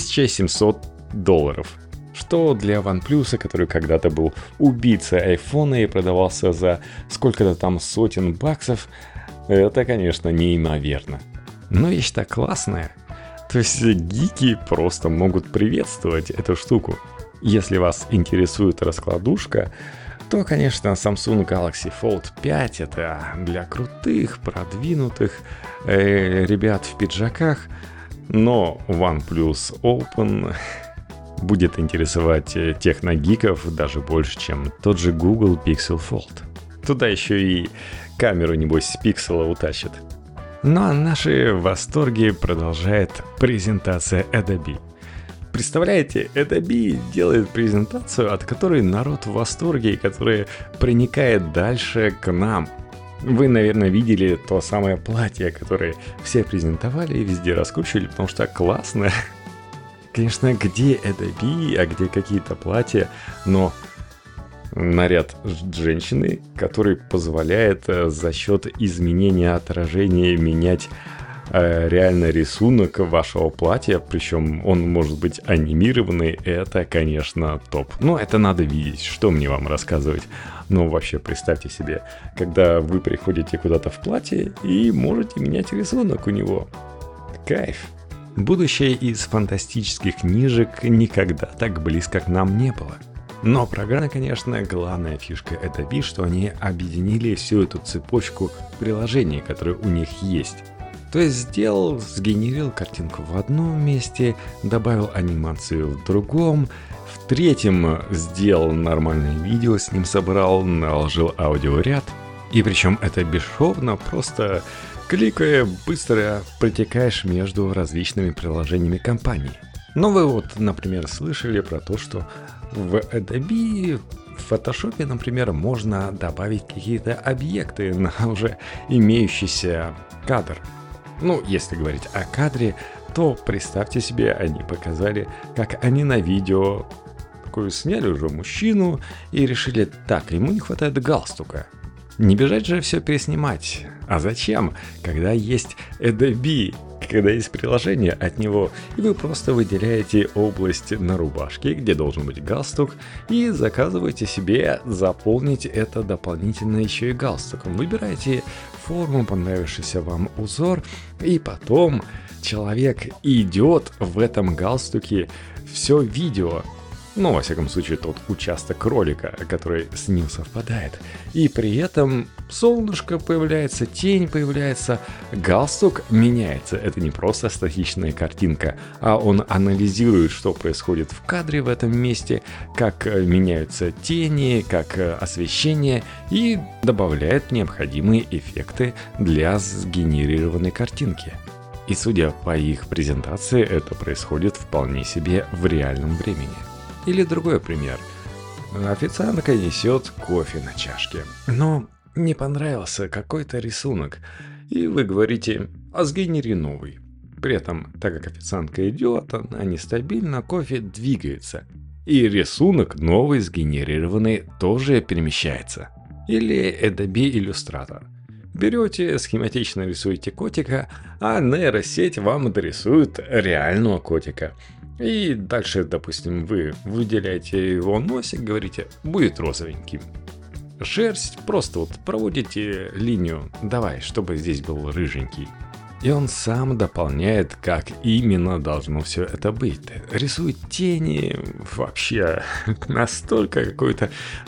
$1700. Что для OnePlus, который когда-то был убийцей айфона и продавался за сколько-то там сотен баксов, это, конечно, неимоверно. Но вещь-то классная. То есть гики просто могут приветствовать эту штуку. Если вас интересует раскладушка, то, конечно, Samsung Galaxy Fold 5 это для крутых, продвинутых ребят в пиджаках. Но OnePlus Open будет интересовать техногиков даже больше, чем тот же Google Pixel Fold. Туда еще и камеру, небось, с Pixel утащит. Ну а наши восторги продолжает презентация Adobe. Представляете, Adobe делает презентацию, от которой народ в восторге и которая проникает дальше к нам. Вы, наверное, видели то самое платье, которое все презентовали и везде раскручивали, потому что классно. Конечно, где Adobe, а где какие-то платья, но наряд женщины, который позволяет за счет изменения отражения менять реально рисунок вашего платья, причем он может быть анимированный, это, конечно, топ. Но это надо видеть, что мне вам рассказывать. Но вообще представьте себе, когда вы приходите куда-то в платье и можете менять рисунок у него. Кайф. Будущее из фантастических книжек никогда так близко к нам не было. Но программа, конечно, главная фишка Adobe, что они объединили всю эту цепочку приложений, которые у них есть. То есть сгенерил картинку в одном месте, добавил анимацию в другом, в третьем сделал нормальное видео, с ним собрал, наложил аудиоряд. И причем это бесшовно, просто кликая, быстро протекаешь между различными приложениями компании. Но вы вот, например, слышали про то, что в Adobe, в Photoshop, например, можно добавить какие-то объекты на уже имеющийся кадр. Ну, если говорить о кадре, то представьте себе, они показали, как они на видео такую сняли уже мужчину и решили, так, ему не хватает галстука. Не бежать же все переснимать. А зачем, когда есть Adobe, когда есть приложение от него, и вы просто выделяете область на рубашке, где должен быть галстук, и заказываете себе заполнить это дополнительно еще и галстуком. Выбираете форму, понравившийся вам узор, и потом человек идет в этом галстуке все видео. Ну, во всяком случае, тот участок ролика, который с ним совпадает. И при этом солнышко появляется, тень появляется, галстук меняется. Это не просто статичная картинка, а он анализирует, что происходит в кадре в этом месте, как меняются тени, как освещение, и добавляет необходимые эффекты для сгенерированной картинки. И судя по их презентации, это происходит вполне себе в реальном времени. Или другой пример. Официантка несет кофе на чашке, но не понравился какой-то рисунок, и вы говорите: «А сгенери новый». При этом, так как официантка идет, она нестабильно, кофе двигается, и рисунок новый сгенерированный тоже перемещается. Или Adobe Illustrator. Берете, схематично рисуете котика, а нейросеть вам дорисует реального котика. И дальше, допустим, вы выделяете его носик, говорите: будет розовеньким. Шерсть, просто вот проводите линию, давай, чтобы здесь был рыженький. И он сам дополняет, как именно должно все это быть. Рисует тени, вообще настолько какой-то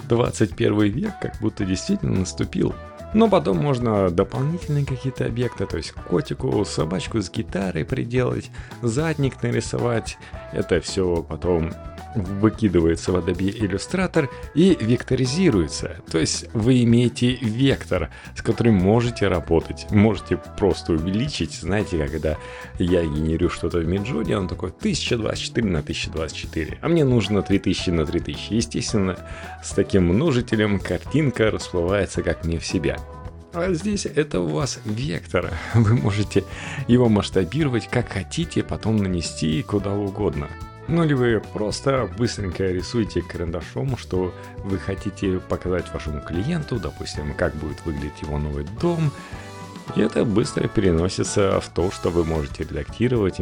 21 век, как будто действительно наступил. Но потом можно дополнительные какие-то объекты, то есть котику, собачку с гитарой приделать, задник нарисовать. Это все потом выкидывается в Adobe Illustrator и векторизируется. То есть вы имеете вектор, с которым можете работать. Можете просто увеличить. Знаете, когда я генерю что-то в Midjourney, он такой 1024 на 1024, а мне нужно 3000 на 3000. Естественно, с таким множителем картинка расплывается как не в себя. А здесь это у вас вектор. Вы можете его масштабировать как хотите, потом нанести куда угодно. Ну или вы просто быстренько рисуете карандашом, что вы хотите показать вашему клиенту, допустим, как будет выглядеть его новый дом. И это быстро переносится в то, что вы можете редактировать и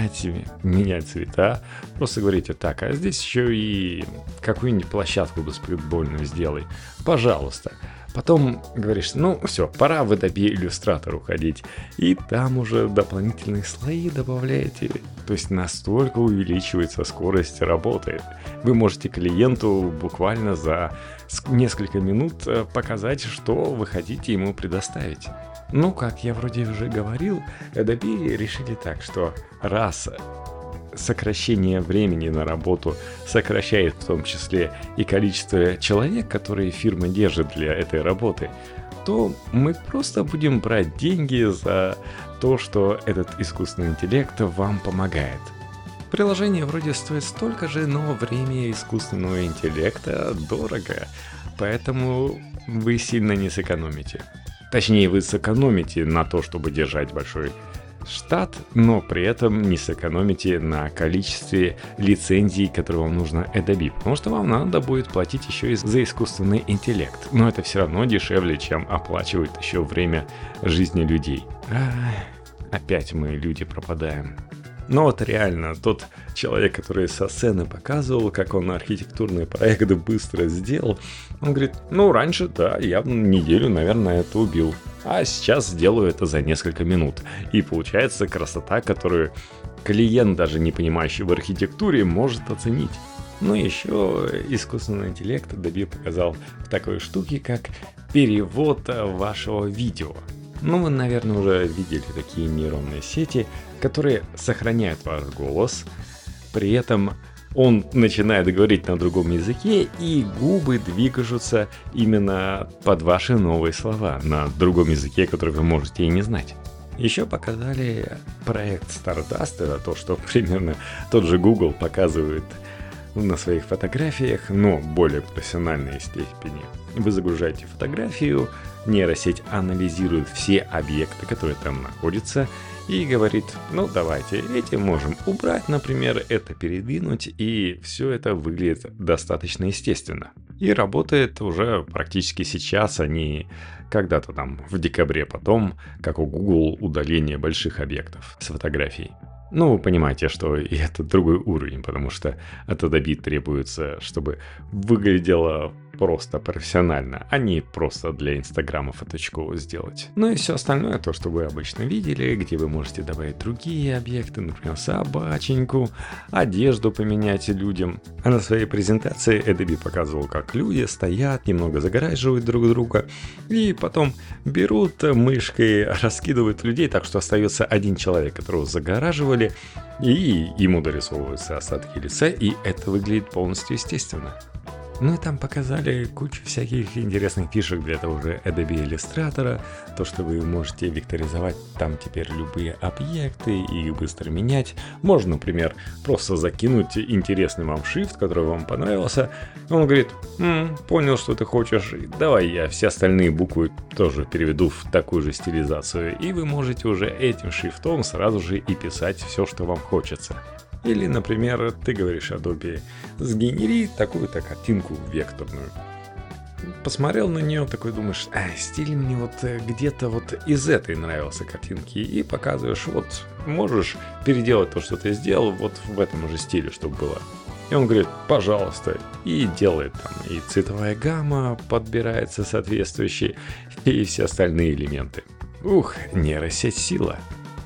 менять цвета. Просто говорите: так, а здесь еще и какую-нибудь площадку баскетбольную сделай, пожалуйста. Потом говоришь: ну все, пора в Adobe Illustrator уходить. И там уже дополнительные слои добавляете. То есть настолько увеличивается скорость работы. Вы можете клиенту буквально за несколько минут показать, что вы хотите ему предоставить. Ну, как я вроде уже говорил, Adobe решили так, что раз сокращение времени на работу сокращает в том числе и количество человек, которые фирма держит для этой работы, то мы просто будем брать деньги за то, что этот искусственный интеллект вам помогает. Приложение вроде стоит столько же, но время искусственного интеллекта дорого, поэтому вы сильно не сэкономите. Точнее, вы сэкономите на то, чтобы держать большой штат, но при этом не сэкономите на количестве лицензий, которые вам нужно Adobe, потому что вам надо будет платить еще и за искусственный интеллект. Но это все равно дешевле, чем оплачивать еще время жизни людей. Опять мы, люди, пропадаем. Но вот реально, тот человек, который со сцены показывал, как он архитектурный проект быстро сделал, он говорит: ну, раньше, да, я неделю, наверное, это убил, а сейчас сделаю это за несколько минут. И получается красота, которую клиент, даже не понимающий в архитектуре, может оценить. Ну, еще искусственный интеллект Adobe показал в такой штуке, как перевод вашего видео. Ну, вы, наверное, уже видели такие нейронные сети, которые сохраняют ваш голос, при этом он начинает говорить на другом языке, и губы двигаются именно под ваши новые слова на другом языке, который вы можете и не знать. Еще показали проект Stardust, это то, что примерно тот же Google показывает на своих фотографиях, но более профессиональной степени. Вы загружаете фотографию, нейросеть анализирует все объекты, которые там находятся, и говорит: ну давайте, эти можем убрать, например, это передвинуть, и все это выглядит достаточно естественно. И работает уже практически сейчас, а не когда-то там в декабре потом, как у Google удаление больших объектов с фотографий. Ну, вы понимаете, что и это другой уровень, потому что от Adobe требуется, чтобы выглядело просто профессионально, а не просто для инстаграма фоточку сделать. Ну и все остальное, то, что вы обычно видели, где вы можете добавить другие объекты, например, собаченьку, одежду поменять людям. А на своей презентации Adobe показывал, как люди стоят, немного загораживают друг друга, и потом берут мышкой, раскидывают людей, так что остается один человек, которого загораживали, и ему дорисовываются остатки лица, и это выглядит полностью естественно. Ну и там показали кучу всяких интересных фишек для того же Adobe Illustrator, то, что вы можете векторизовать там теперь любые объекты и быстро менять. Можно, например, просто закинуть интересный вам шрифт, который вам понравился. Он говорит: понял, что ты хочешь, давай я все остальные буквы тоже переведу в такую же стилизацию. И вы можете уже этим шрифтом сразу же и писать все, что вам хочется. Или, например, ты говоришь Adobe: сгенери такую-то картинку векторную. Посмотрел на нее, такой думаешь: стиль мне вот где-то вот из этой нравился картинки. И показываешь: вот можешь переделать то, что ты сделал, вот в этом же стиле, чтобы было. И он говорит: пожалуйста. И делает там. И цветовая гамма подбирается соответствующей, и все остальные элементы. Нейросеть сила.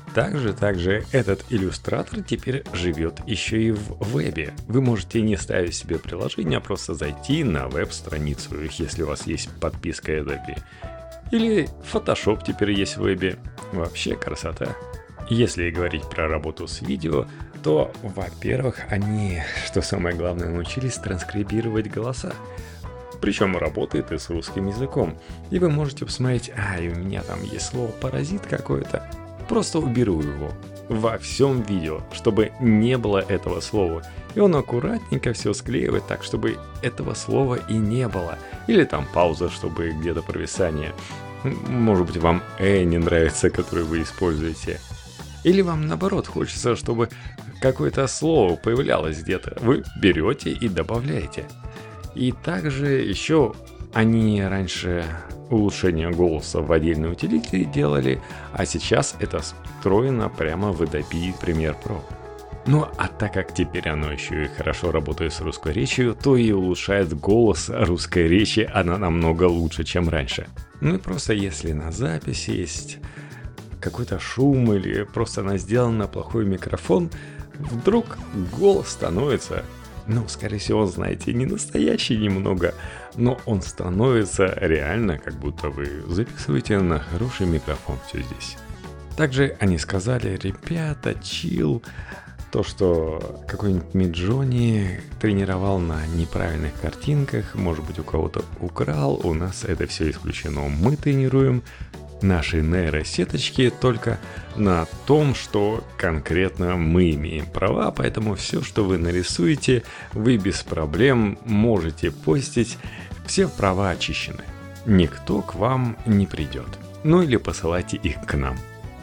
Также этот иллюстратор теперь живет еще и в вебе. Вы можете не ставить себе приложение, а просто зайти на веб-страницу, если у вас есть подписка Adobe. Или Photoshop теперь есть в вебе. Вообще красота. Если говорить про работу с видео, то, во-первых, они, что самое главное, научились транскрибировать голоса. Причем работает и с русским языком. И вы можете посмотреть: у меня там есть слово «паразит» какое-то. Просто уберу его во всем видео, чтобы не было этого слова. И он аккуратненько все склеивает так, чтобы этого слова и не было. Или там пауза, чтобы где-то провисание. Может быть, вам не нравится, которое вы используете. Или вам наоборот хочется, чтобы какое-то слово появлялось где-то. Вы берете и добавляете. И также еще они раньше улучшение голоса в отдельной утилите делали, а сейчас это встроено прямо в Adobe Premiere Pro. Ну а так как теперь оно еще и хорошо работает с русской речью, то и улучшает голос русской речи она намного лучше, чем раньше. Ну и просто если на записи есть какой-то шум или просто она сделана плохой микрофон, вдруг голос становится, скорее всего, знаете, не настоящий немного, но он становится реально, как будто вы записываете на хороший микрофон все здесь. Также они сказали: ребята, чил, то, что какой-нибудь Midjourney тренировал на неправильных картинках, может быть, у кого-то украл, у нас это все исключено. Мы тренируем наши нейросеточки только на том, что конкретно мы имеем права, поэтому все, что вы нарисуете, вы без проблем можете постить, все права очищены. Никто к вам не придет. Ну или посылайте их к нам.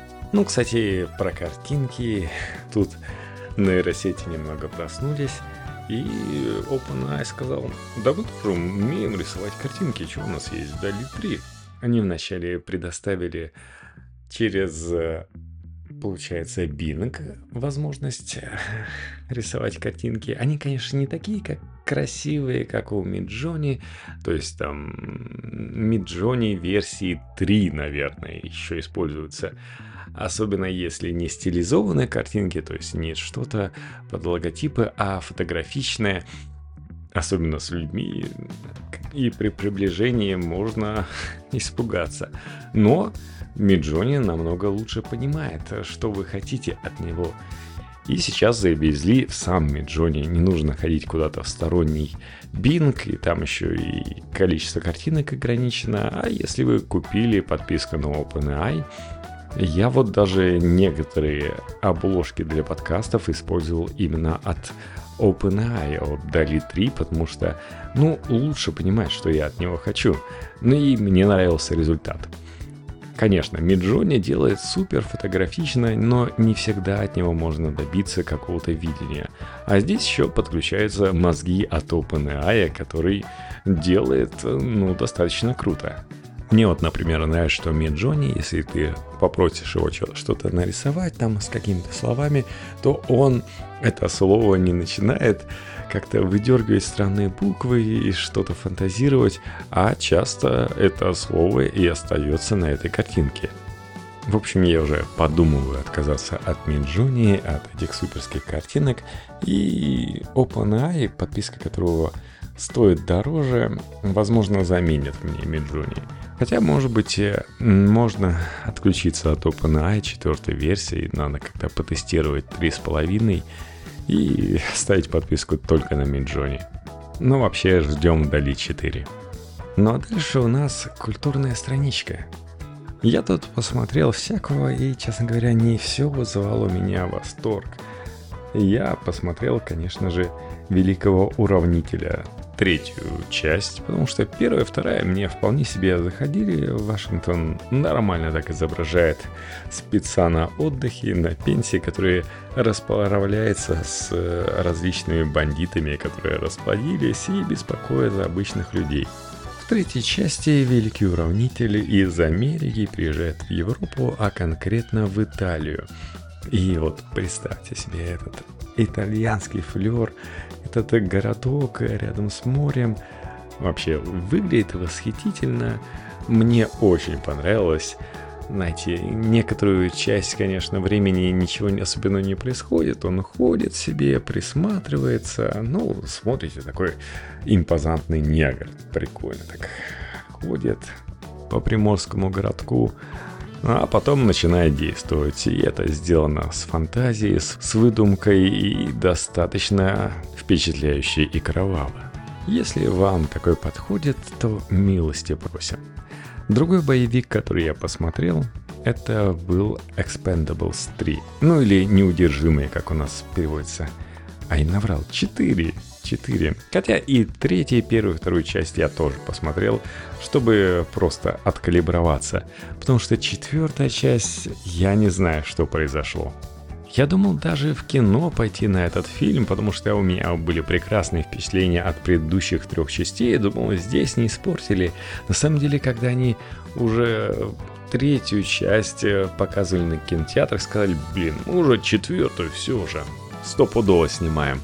Кстати, про картинки, тут нейросети немного проснулись, и OpenAI сказал: да мы тоже умеем рисовать картинки, что у нас есть DALL-E 3. Они вначале предоставили через, получается, Bing возможность рисовать картинки. Они, конечно, не такие, как красивые, как у Midjourney. То есть там Midjourney версии 3, наверное, еще используются. Особенно если не стилизованные картинки, то есть не что-то под логотипы, а фотографичное. Особенно с людьми, и при приближении можно испугаться. Но Midjourney намного лучше понимает, что вы хотите от него. И сейчас завезли в сам Midjourney. Не нужно ходить куда-то в сторонний Bing, и там еще и количество картинок ограничено. А если вы купили подписку на OpenAI, я вот даже некоторые обложки для подкастов использовал именно от OpenAI, от DALL-E 3, потому что, лучше понимать, что я от него хочу. И мне нравился результат. Конечно, Midjourney делает супер фотографично, но не всегда от него можно добиться какого-то видения. А здесь еще подключаются мозги от OpenAI, который делает, достаточно круто. Мне вот, например, нравится, что Midjourney, если ты попросишь его что-то нарисовать там с какими-то словами, то он это слово не начинает как-то выдергивать странные буквы и что-то фантазировать, а часто это слово и остается на этой картинке. В общем, я уже подумываю отказаться от Midjourney, от этих суперских картинок, и OpenAI, подписка которого стоит дороже, возможно, заменит мне Midjourney. Хотя, может быть, можно отключиться от OpenAI 4-й версии, надо как-то потестировать 3,5 и ставить подписку только на Midjourney. Но вообще ждем DALL-E 4. Ну а дальше у нас культурная страничка. Я тут посмотрел всякого, и, честно говоря, не все вызывало у меня восторг. Я посмотрел, конечно же, «Великого уравнителя», 3-ю часть, потому что 1-я и 2-я мне вполне себе заходили. Вашингтон нормально так изображает спеца на отдыхе, на пенсии, который расправляется с различными бандитами, которые расплодились и беспокоят обычных людей. В 3-й части Великий уравнитель из Америки приезжает в Европу, а конкретно в Италию. И вот представьте себе этот итальянский флер, этот городок рядом с морем. Вообще выглядит восхитительно. Мне очень понравилось. Знаете, некоторую часть, конечно, времени ничего особенно не происходит. Он ходит себе, присматривается. Ну, смотрите, такой импозантный негр. Прикольно так ходит по приморскому городку. А потом начинает действовать. И это сделано с фантазией, с выдумкой и достаточно впечатляюще и кроваво. Если вам такой подходит, то милости просим. Другой боевик, который я посмотрел, это был Expendables 3. Ну или Неудержимые, как у нас переводится. А я наврал, 4. Хотя и 3-ю, 1-ю, 2-ю часть я тоже посмотрел, чтобы просто откалиброваться. Потому что 4-я часть, я не знаю, что произошло. Я думал даже в кино пойти на этот фильм, потому что у меня были прекрасные впечатления от предыдущих 3 частей. Я думал, здесь не испортили. На самом деле, когда они уже 3-ю часть показывали на кинотеатрах, сказали, мы уже 4-ю, все уже, стопудово снимаем.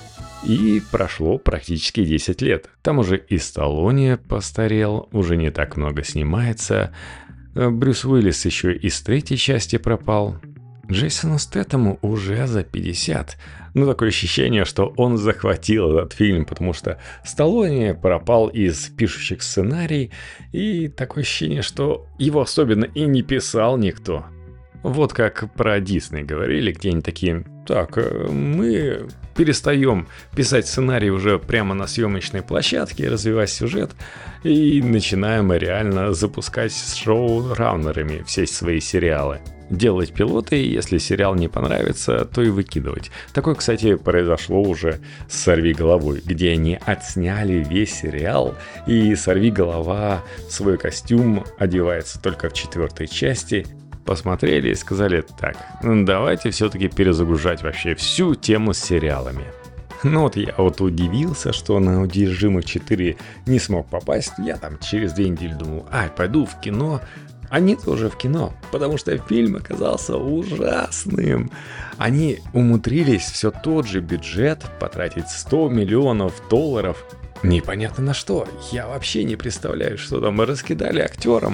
И прошло практически 10 лет. Там уже и Сталлоне постарел, уже не так много снимается. Брюс Уиллис еще из 3-й части пропал. Джейсону Стэттему уже за 50. Ну, такое ощущение, что он захватил этот фильм, потому что Сталлоне пропал из пишущих сценарий, и такое ощущение, что его особенно и не писал никто. Вот как про Дисней говорили, где они такие, так, мы перестаем писать сценарий уже прямо на съемочной площадке, развивать сюжет, и начинаем реально запускать с шоу-раннерами все свои сериалы. Делать пилоты, и если сериал не понравится, то и выкидывать. Такое, кстати, произошло уже с «Сорвиголовой», где они отсняли весь сериал, и Сорвиголова свой костюм одевается только в 4-й части. Посмотрели и сказали, так, давайте все-таки перезагружать вообще всю тему с сериалами. Ну вот я вот удивился, что на «Неудержимых 4» не смог попасть. Я там через 2 недели думал, пойду в кино. Они тоже в кино, потому что фильм оказался ужасным. Они умудрились все тот же бюджет потратить $100 миллионов. Непонятно на что. Я вообще не представляю, что там раскидали актерам.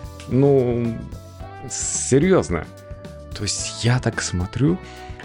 Ну, серьезно. То есть я так смотрю,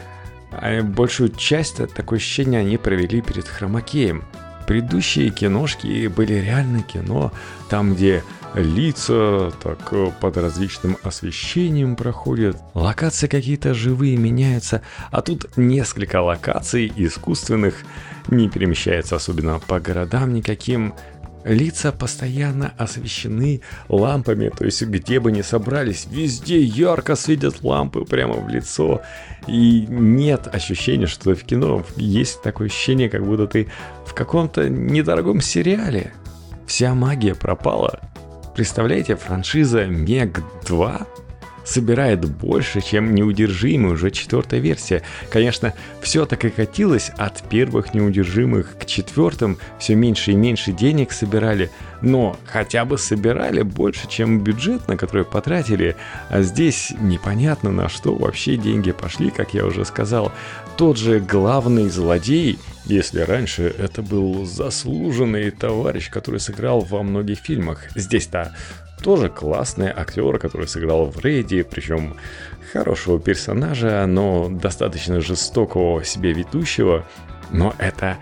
большую часть, такое ощущение, они провели перед хромакеем. Предыдущие киношки были реально кино, там, где лица так под различным освещением проходят, локации какие-то живые меняются, а тут несколько локаций искусственных, не перемещается особенно по городам никаким. Лица постоянно освещены лампами, то есть где бы ни собрались, везде ярко светят лампы прямо в лицо. И нет ощущения, что ты в кино. Есть такое ощущение, как будто ты в каком-то недорогом сериале. Вся магия пропала. Представляете, франшиза Мег 2 собирает больше, чем «Неудержимый», уже 4-я версия. Конечно, все так и катилось от первых «Неудержимых» к 4-м, все меньше и меньше денег собирали, но хотя бы собирали больше, чем бюджет, на который потратили, а здесь непонятно, на что вообще деньги пошли, как я уже сказал. Тот же главный злодей, если раньше это был заслуженный товарищ, который сыграл во многих фильмах, здесь-то тоже классный актер, который сыграл в «Рейде», причем хорошего персонажа, но достаточно жестокого себя ведущего. Но это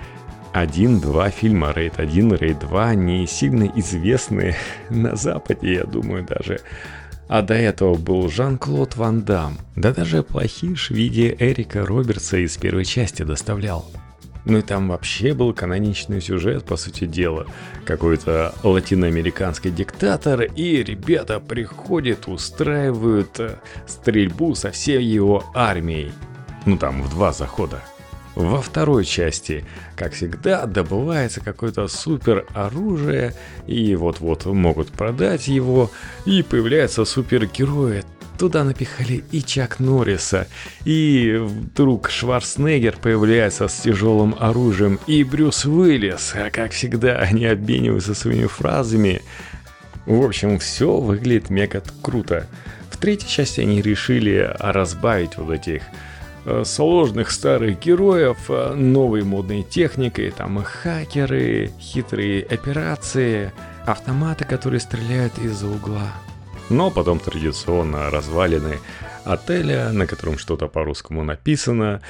1-2 фильма, «Рейд 1», «Рейд 2», не сильно известные на Западе, я думаю, даже. А до этого был Жан-Клод Ван Дамм. Да даже плохиш в виде Эрика Робертса из первой части доставлял. Ну и там вообще был каноничный сюжет, по сути дела. Какой-то латиноамериканский диктатор, и ребята приходят, устраивают стрельбу со всей его армией. Ну там в 2 захода. Во второй части, как всегда, добывается какое-то супер оружие, и вот-вот могут продать его, и появляются супергерои. Туда напихали и Чак Норриса, и вдруг Шварценеггер появляется с тяжелым оружием, и Брюс Уиллис, а как всегда они обмениваются своими фразами. В общем, все выглядит мега круто. В 3-й части они решили разбавить вот этих сложных старых героев новой модной техникой, там хакеры, хитрые операции, автоматы, которые стреляют из-за угла. Но потом традиционно развалины отеля, на котором что-то по-русскому написано,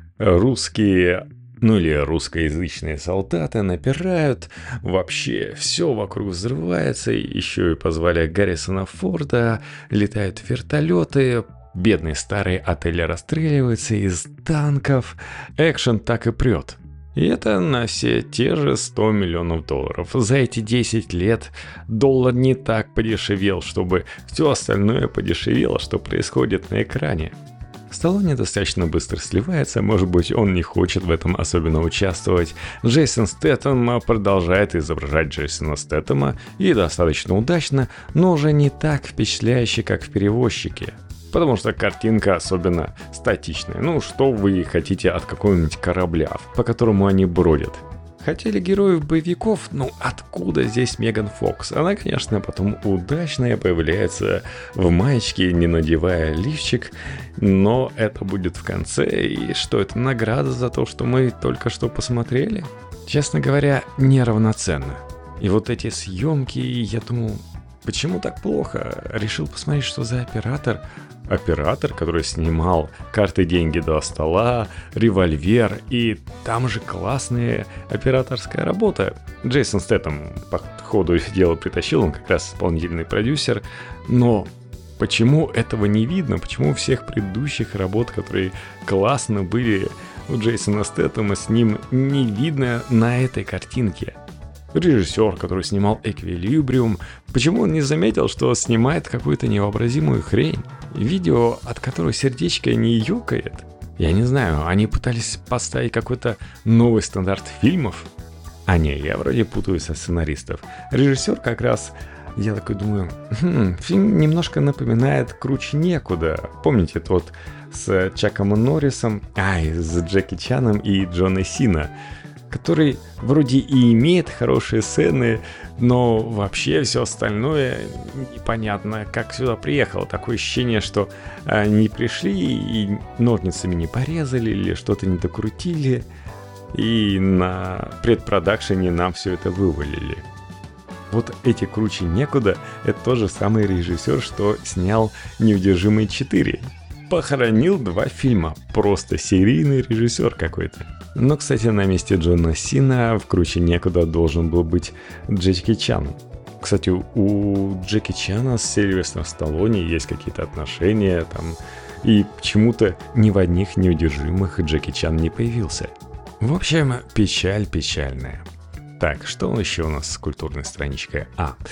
русские, ну или русскоязычные солдаты напирают, вообще все вокруг взрывается, еще и позвали Гаррисона Форда, летают вертолеты, бедный старый отель расстреливается из танков, экшен так и прет. И это на все те же $100 миллионов. За эти 10 лет доллар не так подешевел, чтобы все остальное подешевело, что происходит на экране. Сталлоне достаточно быстро сливается, может быть, он не хочет в этом особенно участвовать. Джейсон Стэтэм продолжает изображать Джейсона Стэтэма и достаточно удачно, но уже не так впечатляюще, как в «Перевозчике». Потому что картинка особенно статичная. Ну, что вы хотите от какого-нибудь корабля, по которому они бродят? Хотели героев боевиков? Ну, откуда здесь Меган Фокс? Она, конечно, потом удачная появляется в маечке, не надевая лифчик, но это будет в конце, и что это, награда за то, что мы только что посмотрели? Честно говоря, неравноценно. И вот эти съемки, я думал, почему так плохо? Решил посмотреть, что за оператор. Оператор, который снимал «Карты, деньги, 2 стола», «Револьвер», и там же классная операторская работа. Джейсон Стэтэм по ходу дела притащил, он как раз исполнительный продюсер, но почему этого не видно? Почему всех предыдущих работ, которые классно были у Джейсона Стэтэма, с ним не видно на этой картинке? Режиссер, который снимал «Эквилибриум», почему он не заметил, что снимает какую-то невообразимую хрень? Видео, от которого сердечко не ёкает? Я не знаю, они пытались поставить какой-то новый стандарт фильмов? А не, я вроде путаюсь со сценаристов. Режиссер как раз, я такой думаю, фильм немножко напоминает «Круче некуда». Помните тот с Чаком Норрисом, с Джеки Чаном и Джоном Сина, который вроде и имеет хорошие сцены, но вообще все остальное непонятно, как сюда приехало. Такое ощущение, что они пришли и ножницами не порезали или что-то не докрутили, и на предпродакшене нам все это вывалили. Вот эти «Круче некуда» — это тот же самый режиссер, что снял «Неудержимый 4». Похоронил 2 фильма, просто серийный режиссер какой-то. Но, кстати, на месте Джона Сина в «Круче некуда» должен был быть Джеки Чан. Кстати, у Джеки Чана с Сильвестром Сталлоне есть какие-то отношения там, и почему-то ни в одних «Неудержимых» Джеки Чан не появился. В общем, печаль печальная. Так, что еще у нас с культурной страничкой?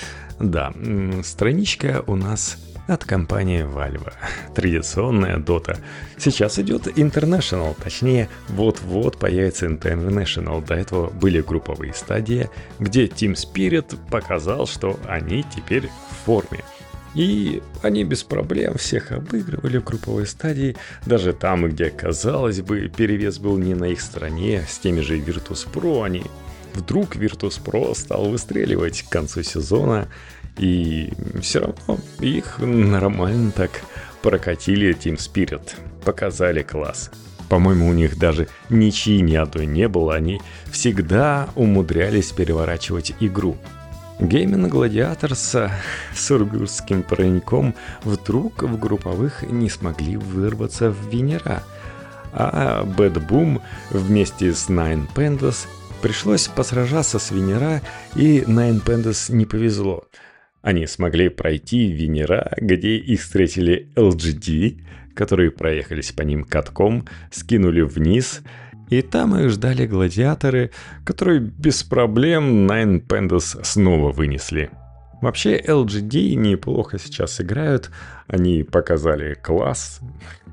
Страничка у нас от компании Valve. Традиционная Dota. Сейчас идет International, точнее, вот-вот появится International. До этого были групповые стадии, где Team Spirit показал, что они теперь в форме. И они без проблем всех обыгрывали в групповой стадии, даже там, где, казалось бы, перевес был не на их стороне, с теми же Virtus.pro. Вдруг Virtus.pro стал выстреливать к концу сезона, и все равно их нормально так прокатили Team Spirit, показали класс. По-моему, у них даже ничьи ни одной не было, они всегда умудрялись переворачивать игру. Gaming Gladiators с сургутским парником вдруг в групповых не смогли вырваться в Винера, а Bad Boom вместе с Nine Pandas пришлось посражаться с Винера, и Nine Pandas не повезло. Они смогли пройти Винера, где их встретили LGD, которые проехались по ним катком, скинули вниз, и там их ждали гладиаторы, которые без проблем Nine Pandas снова вынесли. Вообще LGD неплохо сейчас играют, они показали класс,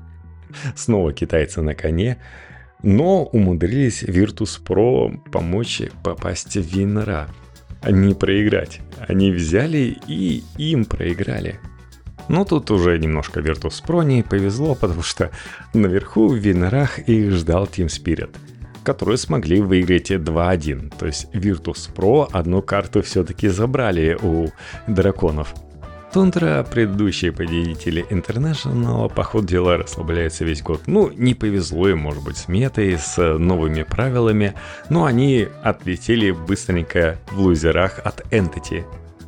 снова китайцы на коне, но умудрились Virtus.pro помочь попасть в Винера, а не проиграть. Они взяли и им проиграли. Но тут уже немножко Virtus.pro не повезло, потому что наверху в Винерах их ждал Team Spirit, которые смогли выиграть 2-1. То есть Virtus.pro одну карту все-таки забрали у драконов. Тундра, предыдущие победители International, по ходу дела расслабляются весь год. Не повезло им, может быть, с метой, с новыми правилами, но они отлетели быстренько в лузерах от Entity.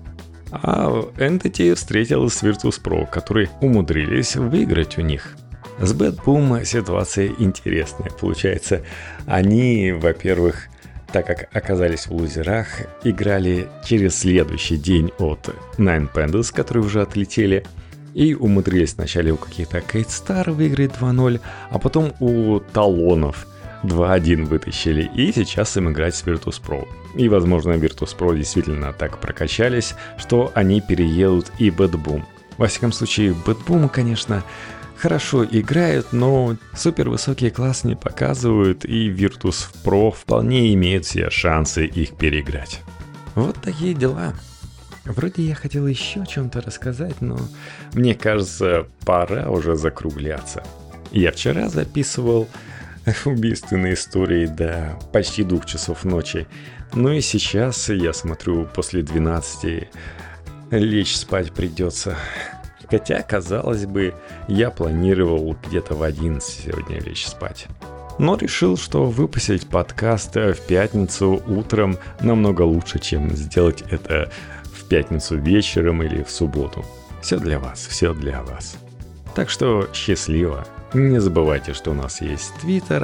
А Entity встретилась с Virtus.pro, которые умудрились выиграть у них. С Bad Boom ситуация интересная. Получается, они, во-первых, так как оказались в лузерах, играли через следующий день от Nine Pandas, которые уже отлетели, и умудрились вначале у каких-то Kate Star выиграть 2-0, а потом у Талонов 2-1 вытащили, и сейчас им играть с Virtus.pro. И, возможно, Virtus.pro действительно так прокачались, что они переедут и Bad Boom. Во всяком случае, Bad Boom, конечно, хорошо играют, но супер высокий класс не показывают, и Virtus.pro вполне имеют все шансы их переиграть. Вот такие дела. Вроде я хотел еще о чем-то рассказать, но мне кажется, пора уже закругляться. Я вчера записывал убийственные истории до почти 2 часов ночи, и сейчас я смотрю, после 12 лечь спать придется. Хотя, казалось бы, я планировал где-то в 11 сегодня лечь спать. Но решил, что выпустить подкаст в пятницу утром намного лучше, чем сделать это в пятницу вечером или в субботу. Все для вас, все для вас. Так что счастливо. Не забывайте, что у нас есть Twitter,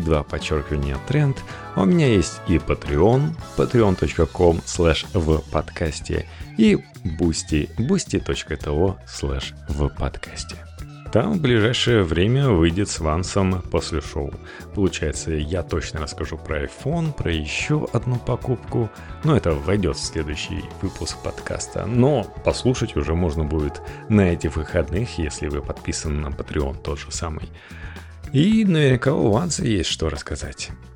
IT2_тренд, у меня есть и Patreon, patreon.com/вподкасте и Boosty, boosty.to/вподкасте. Там в ближайшее время выйдет с авансом после шоу. Получается, я точно расскажу про iPhone, про еще одну покупку, но это войдет в следующий выпуск подкаста. Но послушать уже можно будет на этих выходных, если вы подписаны на Patreon тот же самый. И наверняка у вас есть что рассказать.